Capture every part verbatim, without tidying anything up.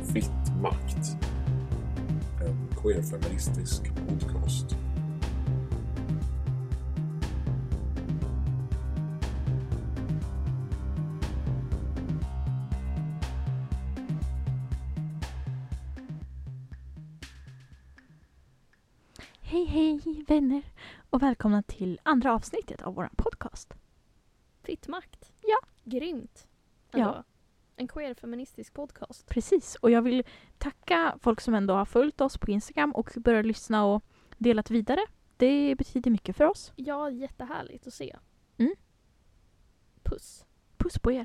Fitt makt. En queerfeministisk podcast. Hej hej vänner och välkomna till andra avsnittet av vår podcast. Fitt makt. Ja. Grymt. Ja. Ändå. En queer-feministisk podcast. Precis, och jag vill tacka folk som ändå har följt oss på Instagram och börjat lyssna och delat vidare. Det betyder mycket för oss. Ja, jättehärligt att se. Mm. Puss. Puss på er.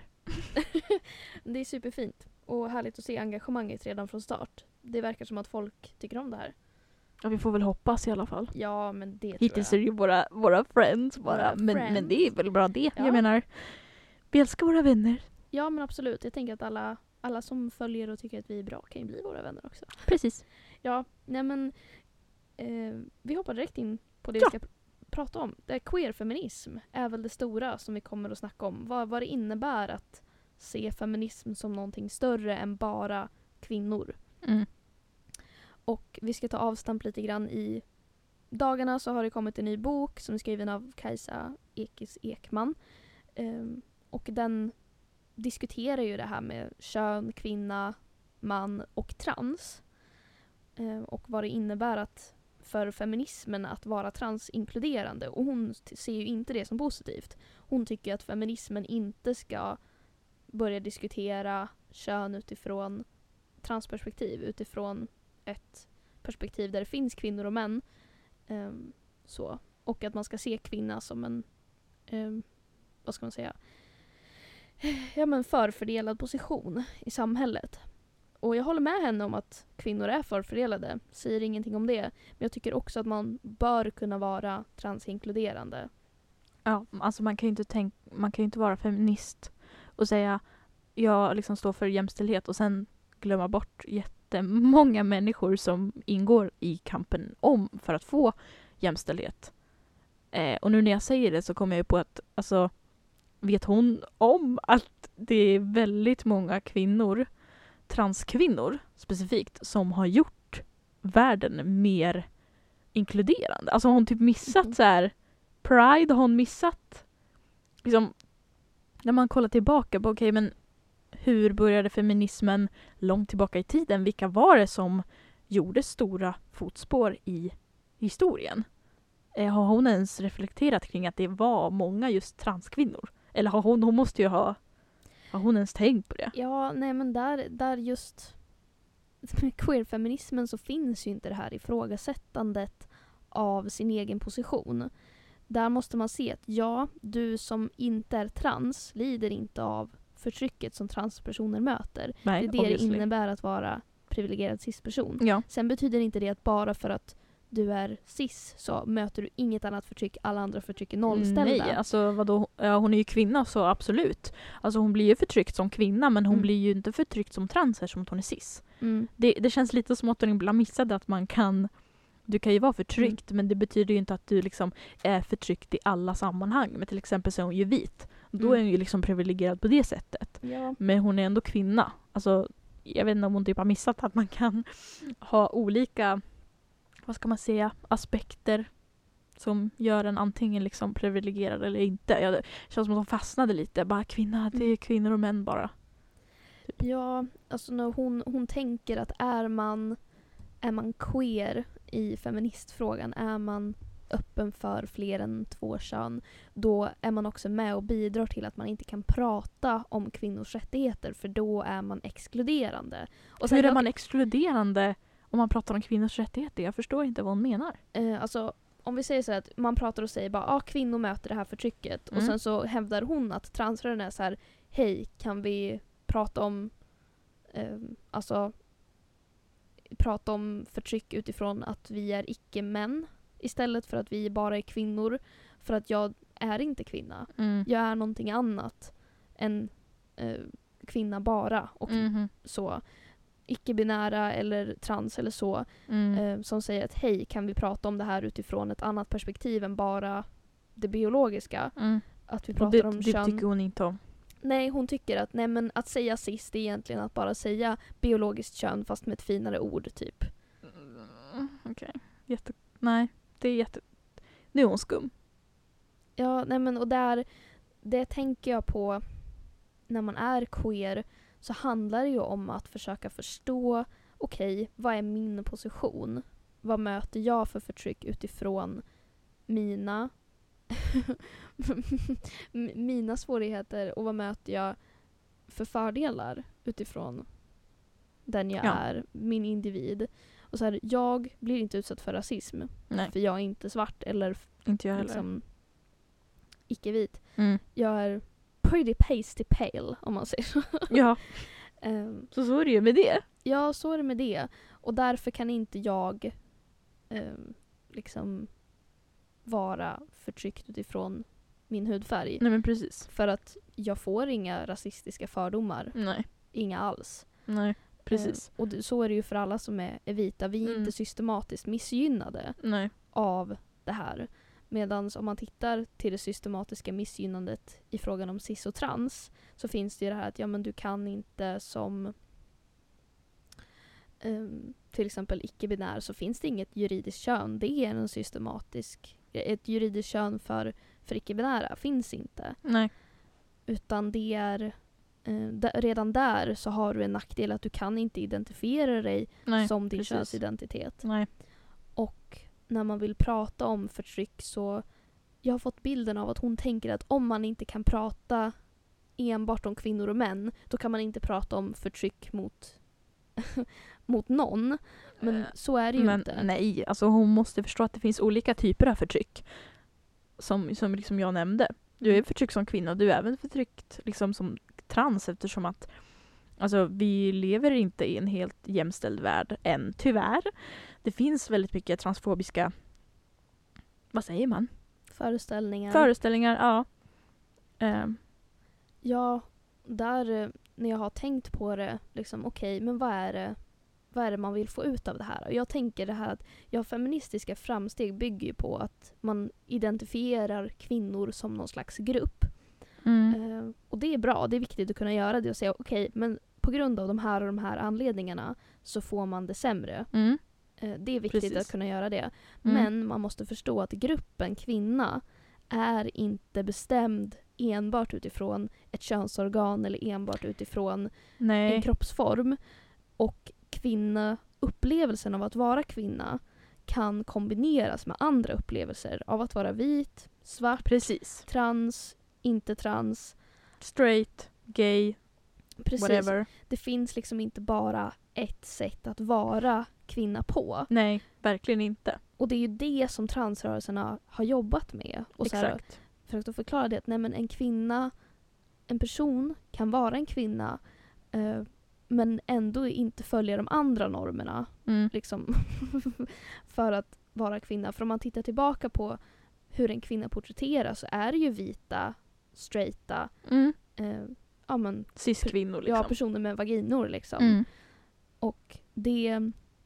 Det är superfint och härligt att se engagemanget redan från start. Det verkar som att folk tycker om det här. Ja, vi får väl hoppas i alla fall. Ja, men det Hittills är tror det jag. ju våra, våra friends bara. Våra men, friends. men det är väl bra det. Ja. Jag menar, vi älskar våra vänner. Ja, men absolut. Jag tänker att alla, alla som följer och tycker att vi är bra kan ju bli våra vänner också. Precis. Ja, nej men eh, vi hoppar direkt in på det Ja. vi ska pr- prata om. Det är queer-feminism är väl det stora som vi kommer att snacka om. Vad, vad det innebär att se feminism som någonting större än bara kvinnor. Mm. Och vi ska ta avstamp lite grann i dagarna så har det kommit en ny bok som är skriven av Kajsa Ekis Ekman. Ehm, och den diskuterar ju det här med kön, kvinna, man och trans. Ehm, och vad det innebär att för feminismen att vara transinkluderande. Och hon t- ser ju inte det som positivt. Hon tycker att feminismen inte ska börja diskutera kön utifrån transperspektiv, utifrån ett perspektiv där det finns kvinnor och män. Um, så. Och att man ska se kvinna som en um, vad ska man säga ja, men förfördelad position i samhället. Och jag håller med henne om att kvinnor är förfördelade. Säger ingenting om det. Men jag tycker också att man bör kunna vara transinkluderande. Ja, alltså man kan ju inte tänka, man kan ju inte vara feminist och säga jag liksom står för jämställdhet och sen glömma bort jättemånga människor som ingår i kampen om för att få jämställdhet. Eh, och nu när jag säger det så kommer jag ju på att alltså, vet hon om att det är väldigt många kvinnor, transkvinnor specifikt, som har gjort världen mer inkluderande. Alltså har hon typ missat Mm. så här Pride, har hon missat liksom, när man kollar tillbaka på okej, okay, men hur började feminismen långt tillbaka i tiden? Vilka var det som gjorde stora fotspår i historien? Eh, har hon ens reflekterat kring att det var många just transkvinnor? Eller har hon, hon måste ju ha, har hon ens tänkt på det? Ja, nej men där, där just med queerfeminismen så finns ju inte det här ifrågasättandet av sin egen position. Där måste man se att ja, du som inte är trans lider inte av förtrycket som transpersoner möter. Nej, det är det obviously. det innebär att vara privilegierad cisperson. Ja. Sen betyder inte det att bara för att du är cis så möter du inget annat förtryck. Alla andra förtryck är nollställda. Nej, alltså vadå? Ja, hon är ju kvinna så absolut. Alltså hon blir ju förtryckt som kvinna men hon Mm. blir ju inte förtryckt som trans eftersom att hon är cis. Mm. Det, det känns lite som att hon ibland missade att man kan du kan ju vara förtryckt Mm. men det betyder ju inte att du liksom är förtryckt i alla sammanhang. Men till exempel så är hon ju vit. Då Mm. är hon ju liksom privilegierad på det sättet. Ja. Men hon är ändå kvinna. Alltså jag vet inte om hon typ har missat att man kan ha olika, vad ska man säga, aspekter som gör en antingen liksom privilegierad eller inte. Ja, det känns som att hon fastnade lite. Bara kvinna, det är kvinnor och män bara. Ja, alltså när hon, hon tänker att är man, är man queer i feministfrågan, är man öppen för fler än två kön, då är man också med och bidrar till att man inte kan prata om kvinnors rättigheter för då är man exkluderande. Och Hur är jag- man exkluderande om man pratar om kvinnors rättigheter? Jag förstår inte vad hon menar. Eh, alltså, om vi säger så här att man pratar och säger bara ah, kvinnor möter det här förtrycket och Mm. sen så hävdar hon att transrören är så här, hej, kan vi prata om eh, alltså prata om förtryck utifrån att vi är icke-män istället för att vi bara är kvinnor, för att jag är inte kvinna. Mm. Jag är någonting annat än eh, kvinna bara och Mhm. så. Icke-binära eller trans eller så. Mm. Eh, som säger att hej, kan vi prata om det här utifrån ett annat perspektiv än bara det biologiska? Mm. Att vi Och pratar det, om det kön. tycker hon inte om. nej, hon tycker att nej, men att säga cis är egentligen att bara säga biologiskt kön fast med ett finare ord typ. Mm, Okej. Okay. Jätte... Nej, det är jätte... Nu är hon skum. Ja, nej men och där, det tänker jag på när man är queer, så handlar det ju om att försöka förstå, okej, okay, vad är min position? Vad möter jag för förtryck utifrån mina mina svårigheter, och vad möter jag för fördelar utifrån den jag ja. är, min individ. Och så här, jag blir inte utsatt för rasism. Nej. För jag är inte svart eller inte jag heller. Liksom, icke-vit. Mm. Jag är pretty pasty pale, om man säger så. Ja. um, så så är det ju med det. Ja, så är det med det. Och därför kan inte jag um, liksom vara förtryckt utifrån min hudfärg. Nej, men precis. För att jag får inga rasistiska fördomar. Nej. Inga alls. Nej, precis. Um, och det, så är det ju för alla som är, är vita. Vi är Mm. inte systematiskt missgynnade Nej. av det här. Medan om man tittar till det systematiska missgynnandet i frågan om cis och trans, så finns det ju det här att ja, men du kan inte som um, till exempel icke-binär, så finns det inget juridiskt kön. Det är en systematisk, ett juridiskt kön för, för icke-binära finns inte. Nej. Utan det är uh, d- redan där så har du en nackdel att du kan inte identifiera dig Nej, som din precis. könsidentitet. Nej. Och när man vill prata om förtryck, så jag har fått bilden av att hon tänker att om man inte kan prata enbart om kvinnor och män, då kan man inte prata om förtryck mot mot någon. Men Uh, så är det ju men inte. Nej, alltså hon måste förstå att det finns olika typer av förtryck. Som, som liksom jag nämnde. Du är förtryckt som kvinna och du är även förtryckt liksom som trans, eftersom att alltså, vi lever inte i en helt jämställd värld än, tyvärr. Det finns väldigt mycket transfobiska, vad säger man? Föreställningar. Föreställningar, ja. Um. Ja, där eh, när jag har tänkt på det, liksom okej, okay, men vad är det vad är det man vill få ut av det här? Och jag tänker det här att ja, feministiska framsteg bygger ju på att man identifierar kvinnor som någon slags grupp. Mm. Eh, och det är bra, det är viktigt att kunna göra det och säga okej, okay, men på grund av de här och de här anledningarna så får man det sämre. Mm. Eh, det är viktigt Precis. att kunna göra det. Mm. Men man måste förstå att gruppen kvinna är inte bestämd enbart utifrån ett könsorgan eller enbart utifrån Nej. en kroppsform. Och kvinna, upplevelsen av att vara kvinna kan kombineras med andra upplevelser av att vara vit, svart, Precis. trans, inte trans, straight, gay, precis. whatever. Det finns liksom inte bara ett sätt att vara kvinna på. Nej, verkligen inte. Och det är ju det som transrörelserna har jobbat med. Och så här, Exakt. för att förklara det, att nej, men en kvinna, en person kan vara en kvinna eh, men ändå inte följa de andra normerna Mm. liksom, för att vara kvinna. För om man tittar tillbaka på hur en kvinna porträtteras, så är det ju vita, straighta, Mm. eh, ja, men, Cis-kvinnor liksom. ja, personer med vaginor liksom. Mm. Och det,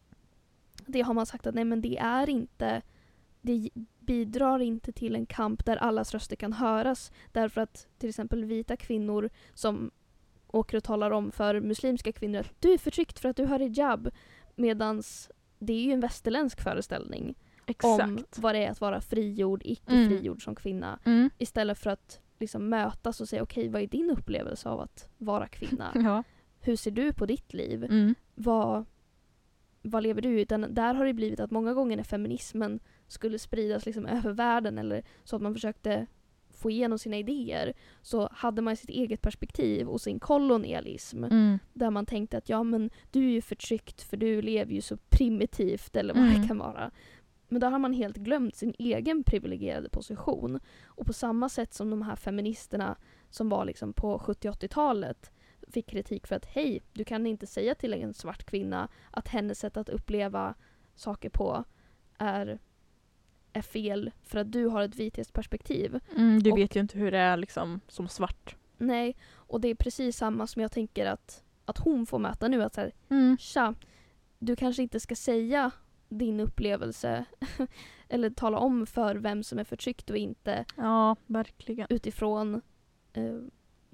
det har man sagt att nej, men det är inte, det bidrar inte till en kamp där allas röster kan höras. Därför att till exempel vita kvinnor som åker och talar om för muslimska kvinnor att du är förtryckt för att du har hijab. Medans det är ju en västerländsk föreställning Exakt. om vad det är att vara frigjord, icke-frigjord Mm. som kvinna. Mm. Istället för att liksom mötas och säga okej, okay, vad är din upplevelse av att vara kvinna? Ja. Hur ser du på ditt liv? Mm. Vad, vad lever du i? Utan där har det blivit att många gånger när feminismen skulle spridas liksom över världen, eller så att man försökte få igenom sina idéer, så hade man sitt eget perspektiv och sin kolonialism. Mm. Där man tänkte att ja, men du är ju förtryckt för du lever ju så primitivt, eller vad Mm. det kan vara. Men där har man helt glömt sin egen privilegierade position. Och på samma sätt som de här feministerna som var liksom på sjuttio-åttiotalet fick kritik för att hej, du kan inte säga till en svart kvinna att hennes sätt att uppleva saker på är, är fel för att du har ett vithetsperspektiv. Mm, du Och- vet ju inte hur det är liksom som svart. Nej, och det är precis samma som jag tänker att, att hon får möta nu. Att så här, Mm. tja, du kanske inte ska säga din upplevelse eller tala om för vem som är förtryckt och inte Ja, verkligen. utifrån eh,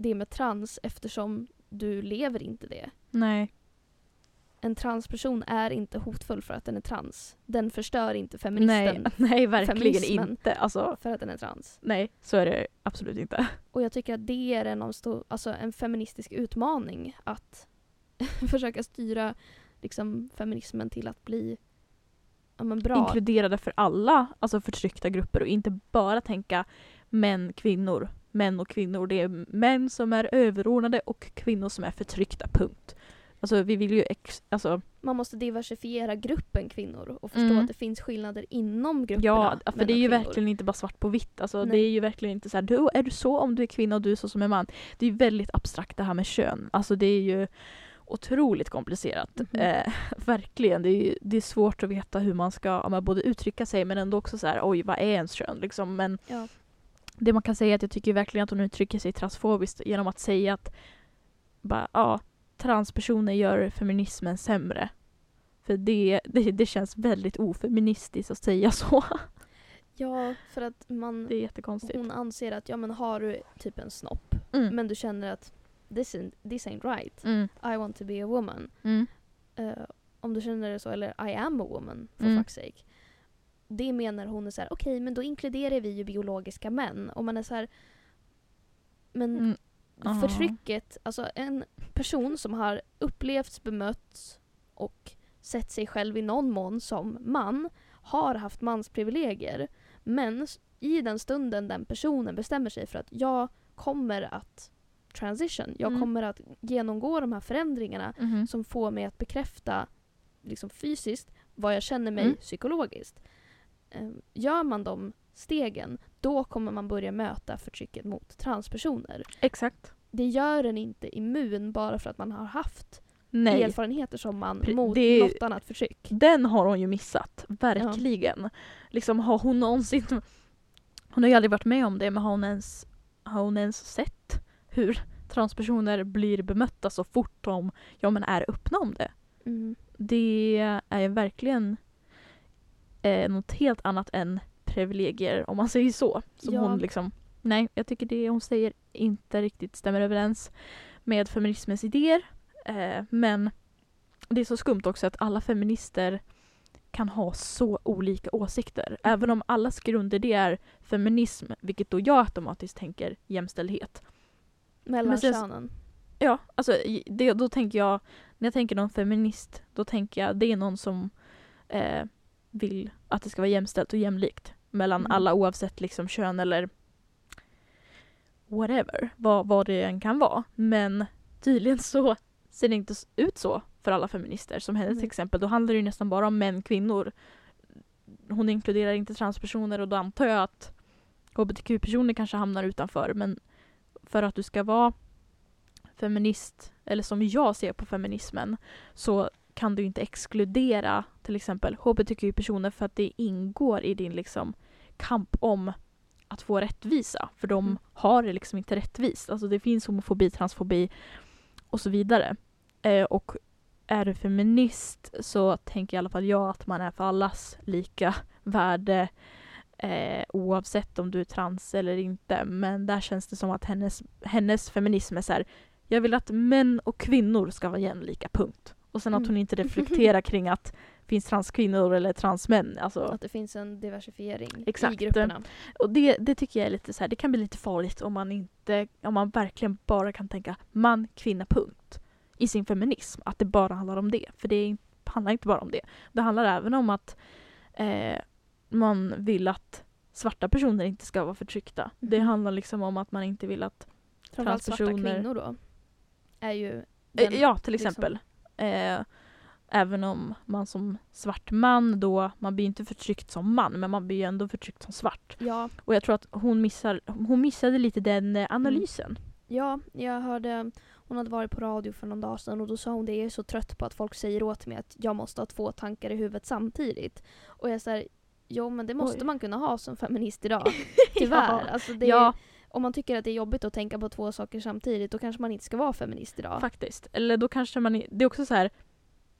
det med trans eftersom du lever inte det. Nej. En transperson är inte hotfull för att den är trans. Den förstör inte feministen. Nej, nej verkligen feminismen inte. Alltså, för att den är trans. nej, så är det absolut inte. Och jag tycker att det är en, av stor, alltså en feministisk utmaning att försöka styra liksom, feminismen till att bli ja, men bra. Inkluderade för alla alltså förtryckta grupper och inte bara tänka män, kvinnor, män och kvinnor. Det är män som är överordnade och kvinnor som är förtryckta, punkt. Alltså vi vill ju ex- alltså Man måste diversifiera gruppen kvinnor och förstå Mm. att det finns skillnader inom grupperna. ja, för män det är och ju kvinnor. verkligen inte bara svart på vitt. Alltså, det Nej. är ju verkligen inte så här, du, är du så om du är kvinna och du är så som är man. Det är ju väldigt abstrakt det här med kön. Alltså det är ju otroligt komplicerat. Mhm. Eh, verkligen. Det är, ju- det är svårt att veta hur man ska ja, men både uttrycka sig men ändå också så här, oj vad är ens kön liksom. Men Ja. det man kan säga är att jag tycker verkligen att hon uttrycker sig transfobiskt genom att säga att bara, ja, transpersoner gör feminismen sämre. För det, det, det känns väldigt ofeministiskt att säga så. ja, för att man Det är jättekonstigt. hon anser att ja men har du typ en snopp Mm. men du känner att this, in, this ain't right. Mm. I want to be a woman. Mm. Eh, om du känner det så, eller I am a woman for Mm. fuck's sake. Det menar hon är så här: okej men då inkluderar vi ju biologiska män. Och man är så här, men Mm. Ja. förtrycket, alltså en person som har upplevts, bemötts och sett sig själv i någon mån som man har haft mansprivilegier. Men s- i den stunden den personen bestämmer sig för att jag kommer att transition, jag Mm. kommer att genomgå de här förändringarna Mhm. som får mig att bekräfta liksom fysiskt vad jag känner mig Mm. psykologiskt. Eh, Gör man de stegen, då kommer man börja möta förtrycket mot transpersoner. Exakt. Det gör en inte immun bara för att man har haft Nej. erfarenheter som man Pre- mot det- något annat förtryck. Den har hon ju missat. Verkligen. Liksom har hon någonsin... Hon har ju aldrig varit med om det, men har hon ens, har hon ens sett hur transpersoner blir bemötta så fort de ja, men är öppna om det? Mm. Det är ju verkligen eh, något helt annat än privilegier, om man säger så. Som Ja. hon liksom... Nej, jag tycker det hon säger inte riktigt stämmer överens med feminismens idéer. Eh, men det är så skumt också att alla feminister kan ha så olika åsikter. Även om allas grunder det är feminism, vilket då jag automatiskt tänker jämställdhet. Mellan Men sen- könen. Ja, alltså det, då tänker jag, när jag tänker någon feminist, då tänker jag det är någon som eh, vill att det ska vara jämställt och jämlikt mellan Mhm. alla oavsett liksom kön eller whatever, vad, vad det än kan vara. Men tydligen så ser det inte ut så för alla feminister. Som henne till Nej. exempel, då handlar det ju nästan bara om män, kvinnor. Hon inkluderar inte transpersoner och då antar jag att H B T Q-personer kanske hamnar utanför. Men för att du ska vara feminist, eller som jag ser på feminismen, så kan du inte exkludera till exempel H B T Q-personer för att det ingår i din liksom kamp om att få rättvisa. För de Mm. har det liksom inte rättvist. Alltså det finns homofobi, transfobi och så vidare. Eh, och är du feminist så tänker i alla fall jag att man är för allas lika värde eh, oavsett om du är trans eller inte. Men där känns det som att hennes, hennes feminism är så här: jag vill att män och kvinnor ska vara jämlika, punkt. Och sen att Mm. hon inte reflekterar kring att det finns transkvinnor eller transmän. Alltså, Att det finns en diversifiering Exakt. i grupperna. och det, det tycker jag är lite så här, det kan bli lite farligt om man inte, om man verkligen bara kan tänka man, kvinna, punkt i sin feminism. Att det bara handlar om det. För det är, handlar inte bara om det. Det handlar även om att eh, man vill att svarta personer inte ska vara förtryckta. Det Mhm. handlar liksom om att man inte vill att Framförallt svarta transpersoner- kvinnor då. Är ju Eh, den, ja, till liksom- exempel. Eh, även om man som svart man då, man blir inte förtryckt som man, men man blir ju ändå förtryckt som svart. Ja, Och jag tror att hon, missar, hon missade lite den eh, analysen. ja, jag hörde, hon hade varit på radio för någon dag sedan och då sa hon det, jag är så trött på att folk säger åt mig att jag måste ha två tankar i huvudet samtidigt. Och jag säger, jo men det måste Oj. man kunna ha som feminist idag. Tyvärr. Ja. Alltså det, Ja, Om man tycker att det är jobbigt att tänka på två saker samtidigt då kanske man inte ska vara feminist idag. faktiskt. Eller då kanske man, i- det är också så här: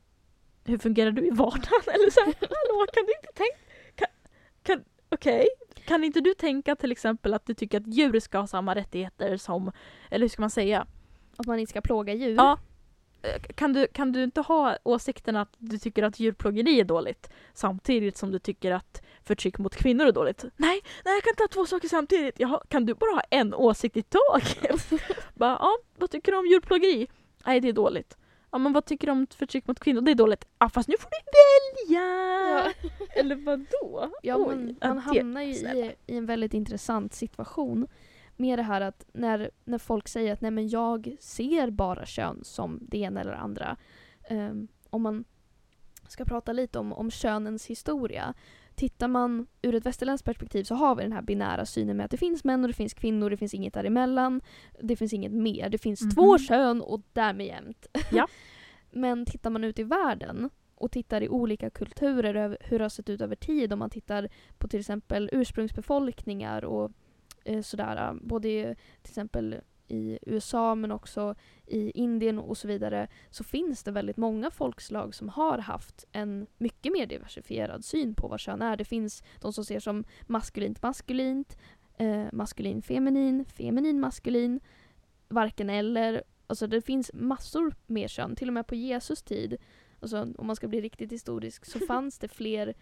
hur fungerar du i vardagen? Eller så här, hallå, kan du inte tänka, kan, kan, okej, kan inte du tänka till exempel att du tycker att djur ska ha samma rättigheter som, eller hur ska man säga? Att man inte ska plåga djur. Ja. Kan du, kan du inte ha åsikten att du tycker att djurplågeri är dåligt samtidigt som du tycker att förtryck mot kvinnor är dåligt? Nej, nej jag kan inte ha två saker samtidigt. Jaha, kan du bara ha en åsikt i taget? Bara, ja, vad tycker du om djurplågeri? Nej, det är dåligt. Ja, men vad tycker du om förtryck mot kvinnor? Det är dåligt. Ja, fast nu får du välja! Ja. Eller vadå? Ja, Oj, man, ja, man det- hamnar ju snälla. i, i en väldigt intressant situation med det här att när, när folk säger att nej men jag ser bara kön som det ena eller andra. Um, om man ska prata lite om, om könens historia. Tittar man ur ett västerländskt perspektiv så har vi den här binära synen med att det finns män och det finns kvinnor, det finns inget däremellan, det finns inget mer, det finns Mhm. två kön och därmed jämt. Ja. Men tittar man ut i världen och tittar i olika kulturer över hur det har sett ut över tid, om man tittar på till exempel ursprungsbefolkningar och eh, sådär, både i, till exempel i U S A men också i Indien och så vidare, så finns det väldigt många folkslag som har haft en mycket mer diversifierad syn på vad kön är. Det finns de som ser som maskulint maskulint, eh, maskulin feminin, feminin maskulin, varken eller. Alltså det finns massor med kön, till och med på Jesus tid. Alltså om man ska bli riktigt historisk så fanns det fler,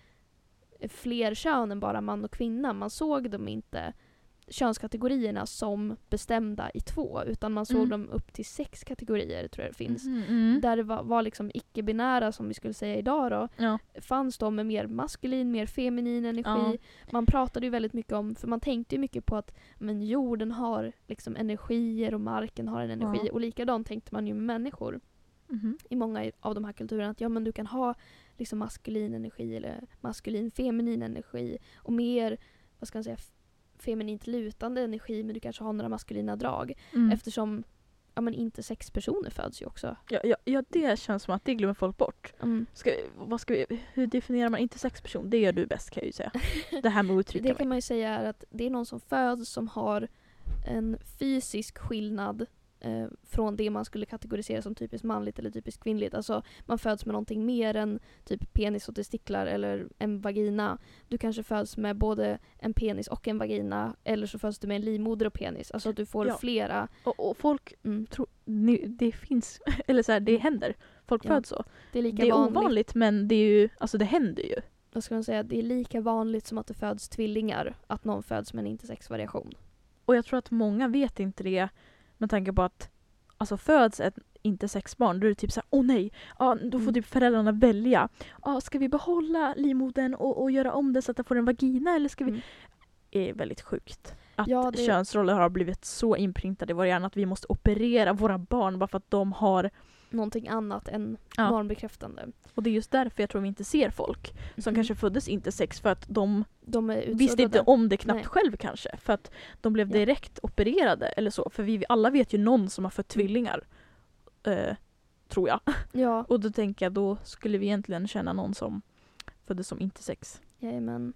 fler kön än bara man och kvinna. Man såg dem inte, könskategorierna, som bestämda i två, utan man såg Mm. dem upp till sex kategorier, tror jag det finns. Mm, mm. Där det var, var liksom icke-binära, som vi skulle säga idag då, Ja. fanns de med mer maskulin, mer feminin energi. Ja. Man pratade ju väldigt mycket om, för man tänkte ju mycket på att men jorden har liksom energier och marken har en energi. Ja. Och likadant tänkte man ju med människor Mhm. i många i- av de här kulturerna. Att ja, men du kan ha liksom maskulin energi eller maskulin feminin energi och mer, vad ska man säga, f- feminint lutande energi, men du kanske har några maskulina drag. Mm. Eftersom ja, men inte sex personer föds ju också. Ja, ja, ja, det känns som att det glömmer folk bort. Mm. Ska, vi- vad ska vi, hur definierar man intersexperson? Det gör du bäst, kan jag ju säga. Det här med att uttrycka Det mig. kan man ju säga är att det är någon som föds som har en fysisk skillnad eh, från det man skulle kategorisera som typiskt manligt eller typiskt kvinnligt. Alltså man föds med någonting mer än typ penis och testiklar eller en vagina. Du kanske föds med både en penis och en vagina, eller så föds du med en livmoder och penis. Alltså att du får Ja. flera. Och, och folk Mm. tror, nu, det finns, eller så här, det händer. Folk Ja. föds så. Det är lika Det är vanligt. ovanligt, men det är ju, alltså det händer ju. Vad ska man säga? Det är lika vanligt som att det föds tvillingar. Att någon föds med en intersexvariation. Och jag tror att många vet inte det med tanke på att alltså föds ett intersexbarn, då är det typ såhär, åh nej, ja, då får Mm. typ föräldrarna välja. Ja, ska vi behålla livmodern och, och göra om det så att den får en vagina, eller ska vi... Mm. Det är väldigt sjukt. Att Ja, det- könsroller har blivit så inprintade i vår hjärna att vi måste operera våra barn bara för att de har... Någonting annat än Ja. normbekräftande. Och det är just därför jag tror vi inte ser folk som Mhm. kanske föddes intersex, för att de De är visste inte utsuddade. om det knappt Nej. själv kanske. För att de blev Ja. direkt opererade eller så. För vi alla vet ju någon som har fött tvillingar. Eh, tror jag. Ja, Och då tänker jag, då skulle vi egentligen känna någon som föddes som intersex. jajamän.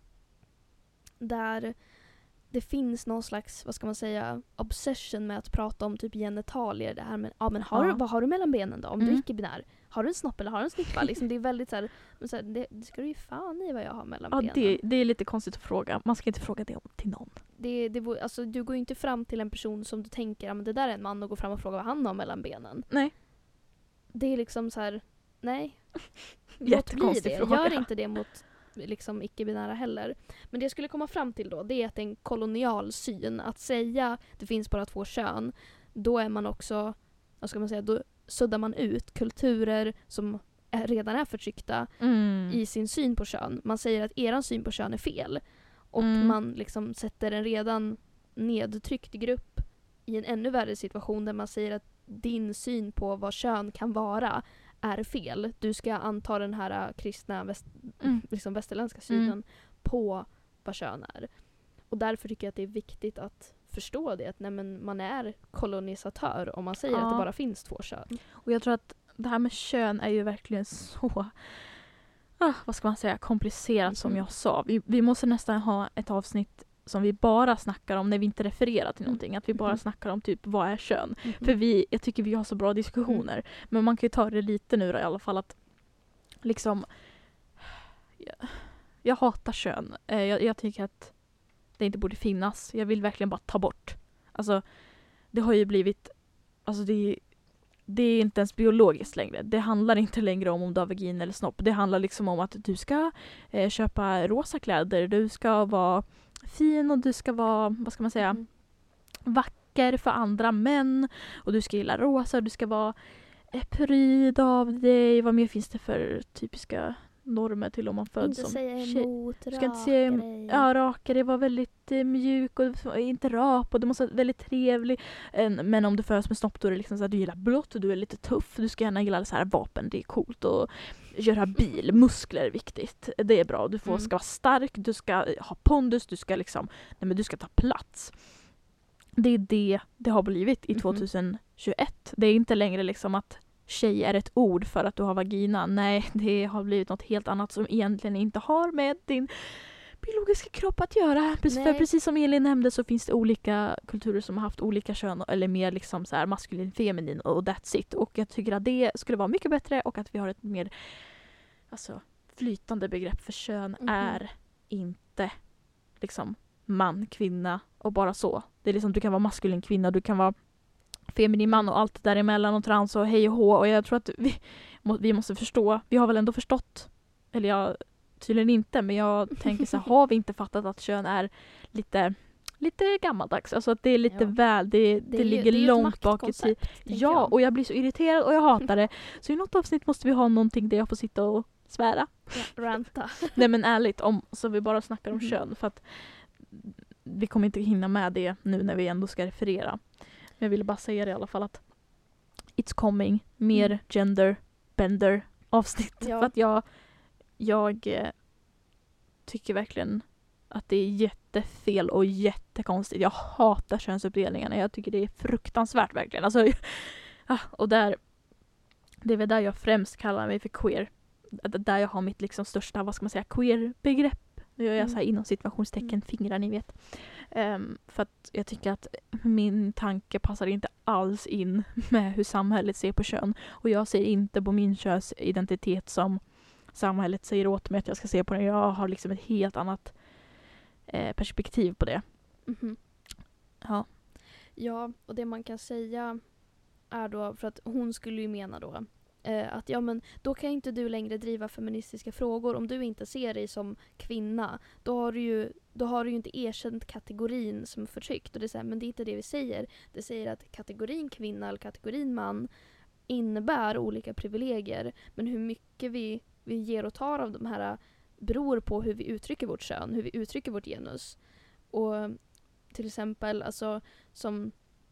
Där det finns någon slags, vad ska man säga, obsession med att prata om typ genitalier. Det här med, ja men har Ja. du, vad har du mellan benen då? Om du är Mm. icke-binär. Har du en snopp eller har du en snippa? Liksom, det är väldigt så här, men så här, det, det ska du ju fan i vad jag har mellan Ja, benen. det, det är lite konstigt att fråga. Man ska inte fråga det om- till någon. Det, det, vore- alltså, du går ju inte fram till en person som du tänker, ja men det där är en man, och går fram och frågar vad han har mellan benen. Nej. Det är liksom så här, nej. Låt bli Jättekonstig det. fråga. Gör inte det mot liksom icke-binära heller. Men det jag skulle komma fram till då, det är att det är en kolonial syn. Att säga det finns bara två kön, då är man också, vad ska man säga, då suddar man ut kulturer som är, redan är förtryckta Mm. i sin syn på kön. Man säger att eran syn på kön är fel. Och Mm. man liksom sätter en redan nedtryckt grupp i en ännu värre situation där man säger att din syn på vad kön kan vara är fel. Du ska anta den här äh, kristna väst, Mm. liksom västerländska synen på vad kön är. Och därför tycker jag att det är viktigt att förstå det. Att nej, men man är kolonisatör om man säger Ja. att det bara finns två kön. Och jag tror att det här med kön är ju verkligen så, ah, vad ska man säga, komplicerat som Mhm. jag sa. Vi, vi måste nästan ha ett avsnitt som vi bara snackar om när vi inte refererar till Mm. någonting. Att vi bara Mhm. snackar om typ, vad är kön? Mhm. För vi, jag tycker vi har så bra diskussioner. Mm. Men man kan ju ta det lite nu då, i alla fall att liksom jag, jag hatar kön. Eh, Jag, jag tycker att det inte borde finnas. Jag vill verkligen bara ta bort. Alltså, det har ju blivit, alltså det, det är inte ens biologiskt längre. Det handlar inte längre om om du har vagin eller snopp. Det handlar liksom om att du ska eh, köpa rosa kläder. Du ska vara fin och du ska vara, vad ska man säga, Mm. vacker för andra män. Och du ska gilla rosa, du ska vara eh, pryd av dig. Vad mer finns det för typiska normer till om man föds Inte som säga tjej? emot, Du ska inte säga raka em- dig. Ja, raka dig, var väldigt eh, mjuk och inte rap och du måste vara väldigt trevlig. En, men om du föds med snopp då är det liksom så att du gillar blått och du är lite tuff. Du ska gärna gilla så här vapen, det är coolt. Och göra bil, muskler är viktigt. Det är bra. Du får, Mm. ska vara stark, du ska ha pondus, du ska liksom, nej men du ska ta plats. Det är det det har blivit i Mhm. tjugohundratjugoett. Det är inte längre liksom att tjej är ett ord för att du har vagina. Nej, det har blivit något helt annat som egentligen inte har med din biologiska kropp att göra. Precis, för Nej. precis som Elin nämnde så finns det olika kulturer som har haft olika kön eller mer liksom så här maskulin, feminin och that's it. Och jag tycker att det skulle vara mycket bättre och att vi har ett mer alltså, flytande begrepp för kön Mhm. är inte liksom man, kvinna och bara så. Det är liksom, du kan vara maskulin kvinna, du kan vara feminin man och allt däremellan och trans och hej och hå. Och jag tror att vi, må, vi måste förstå, vi har väl ändå förstått, eller jag tydligen inte, men jag tänker så här, har vi inte fattat att kön är lite, lite gammaldags? Alltså att det är lite Ja. väl, det, det, är ju- ligger det är ju ett långt bak i tid. maktkoncept, tänker Ja, jag. och jag blir så irriterad och jag hatar det. Så i något avsnitt måste vi ha någonting där jag får sitta och svära. Ja, ranta. Nej men ärligt, om, så vi bara snackar om Mhm. kön för att vi kommer inte hinna med det nu när vi ändå ska referera. Men jag ville bara säga det i alla fall att it's coming, mer Mm. gender bender avsnitt. Ja. För att jag, jag eh, tycker verkligen att det är jättefel och jättekonstigt. Jag hatar könsuppdelningarna. Jag tycker det är fruktansvärt verkligen. Alltså, ah, och där, det är väl där jag främst kallar mig för queer. D- Där jag har mitt liksom största, vad ska man säga, queer-begrepp. Nu gör jag Mm. så här inom situationstecken Mm. fingrar, ni vet. Ehm, för att jag tycker att min tanke passar inte alls in med hur samhället ser på kön. Och jag ser inte på min könsidentitet som samhället säger åt mig att jag ska se på den. Jag har liksom ett helt annat eh, perspektiv på det. Mhm. Ja. Ja, och det man kan säga är då, för att hon skulle ju mena då eh, att ja men då kan inte du längre driva feministiska frågor om du inte ser dig som kvinna. Då har du ju, då har du ju inte erkänt kategorin som förtryckt. Och det är så här, men det är inte det vi säger. Det säger att kategorin kvinna eller kategorin man innebär olika privilegier. Men hur mycket vi, vi ger och tar av de här beror på hur vi uttrycker vårt kön, hur vi uttrycker vårt genus. Och till exempel alltså som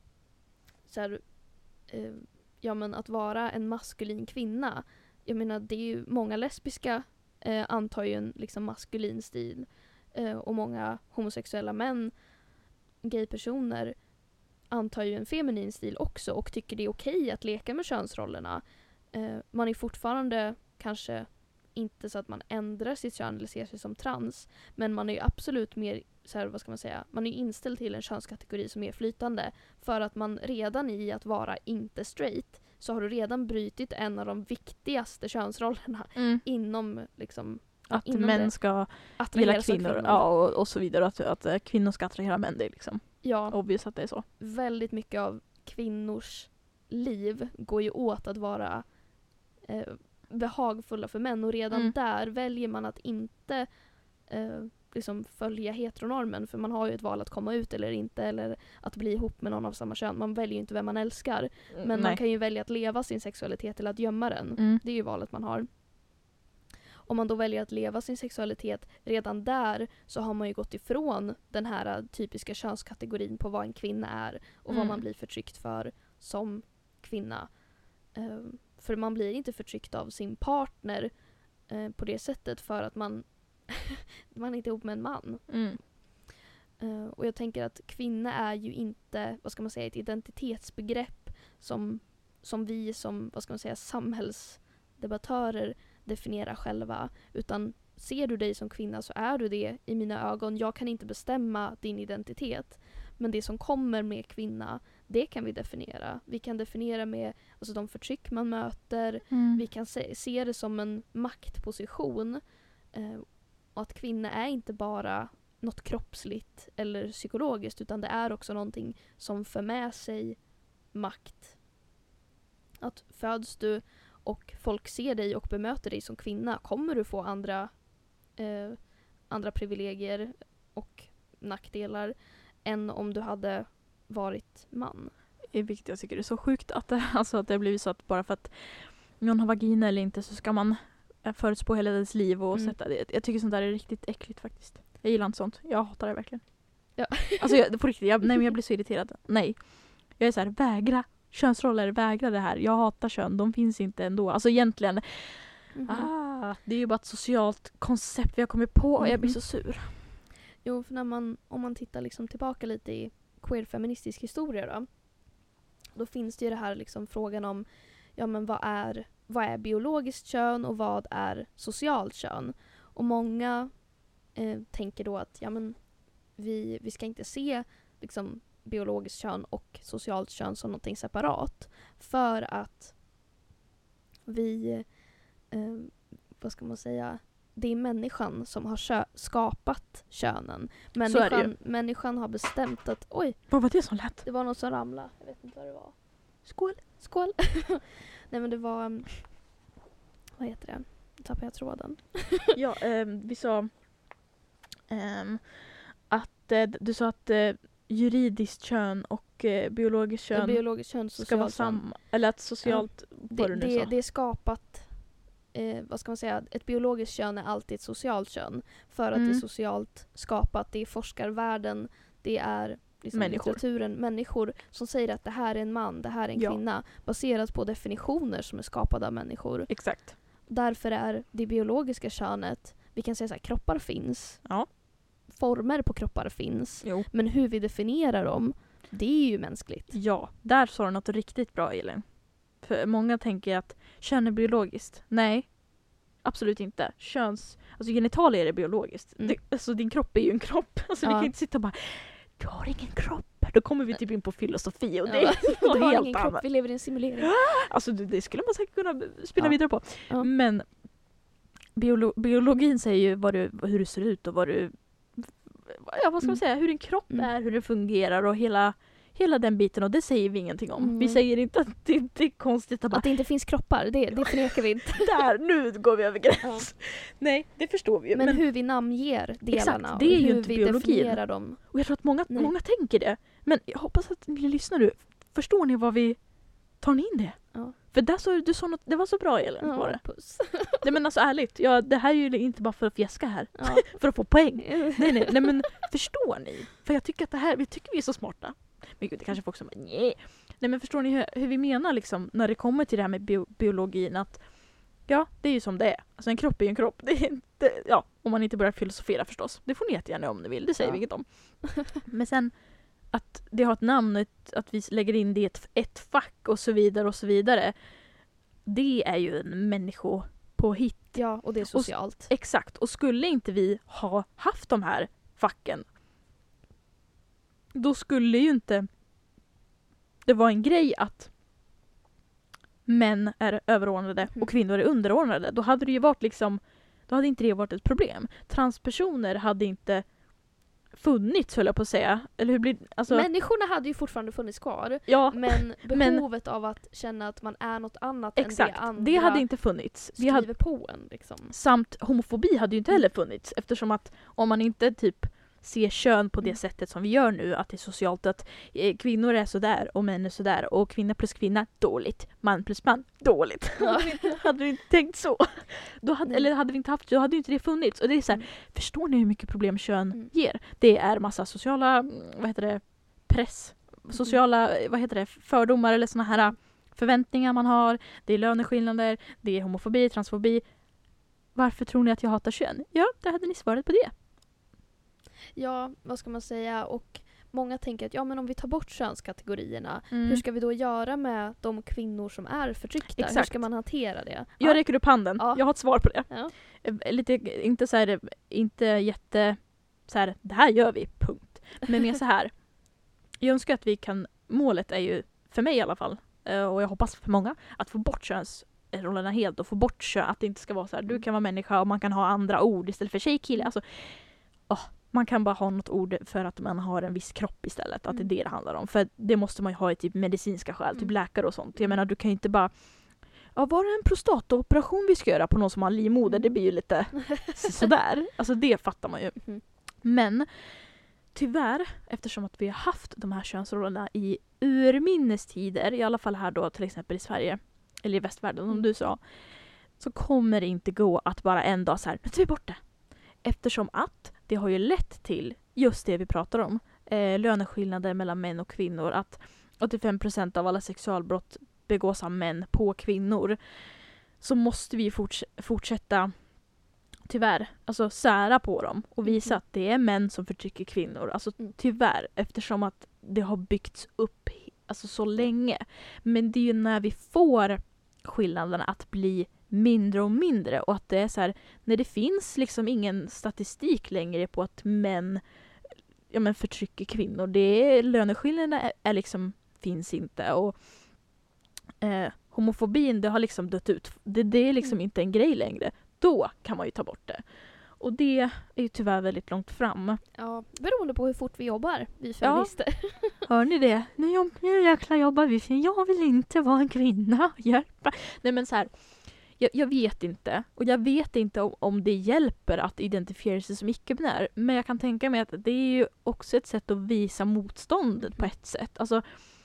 så här, eh, ja men att vara en maskulin kvinna. Jag menar det är ju många lesbiska eh, antar ju en liksom maskulin stil eh, och många homosexuella män, gaypersoner antar ju en feminin stil också och tycker det är okej att leka med könsrollerna. Eh, man är fortfarande kanske inte så att man ändrar sitt kön eller ser sig som trans, men man är ju absolut mer så här, vad ska man säga, man är inställd till en könskategori som är flytande för att man redan i att vara inte straight så har du redan brytit en av de viktigaste könsrollerna Mm. inom liksom Att inom män det. ska attraheras gilla av kvinnor, ja, och, och så vidare. Att, att eh, kvinnor ska attrahera män. Det är liksom Ja, obvious att det är så. väldigt mycket av kvinnors liv går ju åt att vara eh, behagfulla för män och redan Mm. där väljer man att inte eh, liksom följa heteronormen för man har ju ett val att komma ut eller inte eller att bli ihop med någon av samma kön. Man väljer ju inte vem man älskar men man Nej. kan ju välja att leva sin sexualitet eller att gömma den. Mm. Det är ju valet man har. Om man då väljer att leva sin sexualitet, redan där så har man ju gått ifrån den här uh, typiska könskategorin på vad en kvinna är och vad Mm. man blir förtryckt för som kvinna. Um, för man blir inte förtryckt av sin partner uh, på det sättet för att man, man är inte ihop med en man. Mm. Uh, och jag tänker att kvinna är ju inte, vad ska man säga, ett identitetsbegrepp som, som vi som, vad ska man säga, samhällsdebattörer definierar själva. Utan ser du dig som kvinna så är du det i mina ögon. Jag kan inte bestämma din identitet. Men det som kommer med kvinna, det kan vi definiera. Vi kan definiera med alltså, de förtryck man möter. Mm. Vi kan se, se det som en maktposition. Eh, och att kvinna är inte bara något kroppsligt eller psykologiskt, utan det är också någonting som för med sig makt. Att föds du och folk ser dig och bemöter dig som kvinna, kommer du få andra, eh, andra privilegier och nackdelar än om du hade varit man. Det är viktigt, jag tycker det är så sjukt att det, alltså att det har blivit så att bara för att någon har vagina eller inte så ska man förutspå hela dess liv och Mm. sätta det. Jag tycker sånt där är riktigt äckligt faktiskt. Jag gillar inte sånt. Jag hatar det verkligen. Ja. Alltså jag, på riktigt, jag, nej men jag blir så irriterad. Nej. Jag är så här, vägra. Könsroller, vägra det här. Jag hatar kön, de finns inte ändå. Alltså egentligen, Mhm. ah, det är ju bara ett socialt koncept vi har kommit på och jag blir Mhm. så sur. Jo, för när man, om man tittar liksom tillbaka lite i queer-feministisk historia då, då finns det ju det här liksom frågan om ja, men vad är, vad är biologiskt kön och vad är socialt kön? Och många eh, tänker då att ja, men vi, vi ska inte se liksom, biologiskt kön och socialt kön som någonting separat, för att vi, eh, vad ska man säga, det är människan som har kö- skapat könen. Så är det Människan, ju. människan har bestämt att oj, Vad var det som lät? det var något som ramlade. Jag vet inte vad det var. Skål. Skål! Nej men det var, um, vad heter det? Nu tappade jag tråden. Ja, ehm, vi sa ehm, att eh, du sa att eh, juridiskt kön och eh, biologiskt kön Biologiskt kön, ska vara socialt kön. samma. Eller att socialt, Det, vad du nu det, sa. det är skapat, eh, vad ska man säga, ett biologiskt kön är alltid ett socialt kön. För att Mm. det är socialt skapat, det är forskarvärlden, det är liksom Människor. litteraturen, människor som säger att det här är en man, det här är en Ja. kvinna. Baserat på definitioner som är skapade av människor. Exakt. Därför är det biologiska könet, vi kan säga så här, kroppar finns. Ja. Former på kroppar finns. Jo. Men hur vi definierar dem, det är ju mänskligt. Ja, där sa du något riktigt bra, Elin. För många tänker att kön är biologiskt. Nej, absolut inte. Köns, alltså genitalier är biologiskt. Mm. Det, alltså din kropp är ju en kropp. Alltså vi Ja. kan inte sitta och bara, du har ingen kropp. Då kommer vi typ in på filosofi och det Ja, är du något har helt ingen kropp, annat. vi lever i en simulering. Alltså det, det skulle man säkert kunna spinna Ja. vidare på. Ja. Men biolo- biologin säger ju vad du, hur du ser ut och vad du, ja vad ska man Mm. säga, hur din kropp Mm. är, hur det fungerar och hela, hela den biten, och det säger vi ingenting om. Mm. Vi säger inte att det, det är konstigt att bara, Att det inte finns kroppar, det, det förnekar vi inte. där, nu går vi över gräns. Ja. Nej, det förstår vi ju. Men, Men, hur vi namnger delarna Exakt, det är och ju hur inte vi biologin. definierar dem. och jag tror att många, Nej. många tänker det. Men jag hoppas att ni lyssnar nu. Förstår ni vad vi, tar ni in det? Ja. För där så, du sa något, det var så bra Elin, var det. puss. Nej men alltså ärligt, ja, det här är ju inte bara för att fjäska här. Ja. För att få poäng. Nej, nej, nej men förstår ni? För jag tycker att det här, vi tycker vi är så smarta. Men gud, det kanske folk som bara, nej. Nej men förstår ni hur, hur vi menar liksom när det kommer till det här med bio, biologin, att ja, det är ju som det är. Alltså en kropp är ju en kropp. Det är inte, ja, om man inte börjar filosofera förstås. Det får ni jättegärna om ni vill, det säger Ja. vi inget om. Men sen att det har ett namn och ett, att vi lägger in det i ett, ett fack och så vidare och så vidare. Det är ju en människopåhitt. Ja, och det är socialt. Exakt, och skulle inte vi ha haft de här facken, då skulle ju inte det vara en grej att män är överordnade Mm. och kvinnor är underordnade. Då hade det ju varit liksom, då hade inte det varit ett problem. Transpersoner hade inte funnits, höll jag på att säga. Eller hur blir alltså, Människorna hade ju fortfarande funnits kvar. ja, Men Men- behovet av att känna att man är något annat exakt. än det andra Det hade inte funnits. Vi skriver hade, på en. Liksom. samt homofobi hade ju inte heller funnits, eftersom att om man inte typ ser kön på det Mm. sättet som vi gör nu, att det är socialt, att eh, kvinnor är sådär och män är sådär och kvinna plus kvinna, dåligt. Man plus man, dåligt. Ja. hade, vi inte, hade vi inte tänkt så. Då hade, Nej. eller hade vi inte haft, då hade ju inte det funnits. Och det är så här, Mm. förstår ni hur mycket problem kön Mm. ger? Det är massa sociala, mm, vad heter det, press, sociala, eh, vad heter det, fördomar eller såna här förväntningar man har. Det är löneskillnader, det är homofobi, transfobi. Varför tror ni att jag hatar kön? Ja, där hade ni svaret på det. Ja, vad ska man säga? Och många tänker att ja, men om vi tar bort könskategorierna, Mm. hur ska vi då göra med de kvinnor som är förtryckta? Hur Exakt. ska man hantera det? Jag Ja. räcker upp handen. Ja. Jag har ett svar på det. Ja. Eh, Lite, inte så här, inte jätte så här, det här gör vi, punkt. Men mer så här. Jag önskar att vi kan, målet är ju, för mig i alla fall, eh, och jag hoppas för många, att få bort könsrollerna helt och få bort kön, att det inte ska vara så här, du kan vara människa och man kan ha andra ord istället för tjej, kille. Alltså, åh, man kan bara ha något ord för att man har en viss kropp istället. Att Mm. det är det det handlar om. För det måste man ju ha i typ medicinska skäl, typ Mm. läkare och sånt. Jag menar, du kan ju inte bara ja, var det en prostataoperation vi ska göra på någon som har livmoder? Det blir ju lite sådär. Alltså det fattar man ju. Mm. Men tyvärr, eftersom att vi har haft de här könsrollerna i urminnes tider, i alla fall här då till exempel i Sverige, eller i västvärlden som Mm. du sa, så kommer det inte gå att bara en dag så här, nu tar vi bort det. Eftersom att det har ju lett till just det vi pratar om, eh, löneskillnader mellan män och kvinnor, att åttiofem procent av alla sexualbrott begås av män på kvinnor, så måste vi forts- fortsätta tyvärr, alltså sära på dem och visa Mhm. att det är män som förtrycker kvinnor. Alltså Mm. tyvärr, eftersom att det har byggts upp alltså, så länge. Men det är ju när vi får skillnaderna att bli mindre och mindre och att det är så här, när det finns liksom ingen statistik längre på att män ja, men förtrycker kvinnor. Det är, löneskillnaderna är, är liksom, finns inte och eh, homofobin, det har liksom dött ut. Det, det är liksom Mm. inte en grej längre. Då kan man ju ta bort det. Och det är ju tyvärr väldigt långt fram. Ja, beroende på hur fort vi jobbar, vi feminister. Hör ni det? Nu, jobb, nu jäkla jobbar vi, för jag vill inte vara en kvinna. Hjälpa. Nej men så här, jag, jag vet inte. Och jag vet inte om, om det hjälper att identifiera sig som icke-binär. Men jag kan tänka mig att det är ju också ett sätt att visa motståndet på ett sätt. Alltså,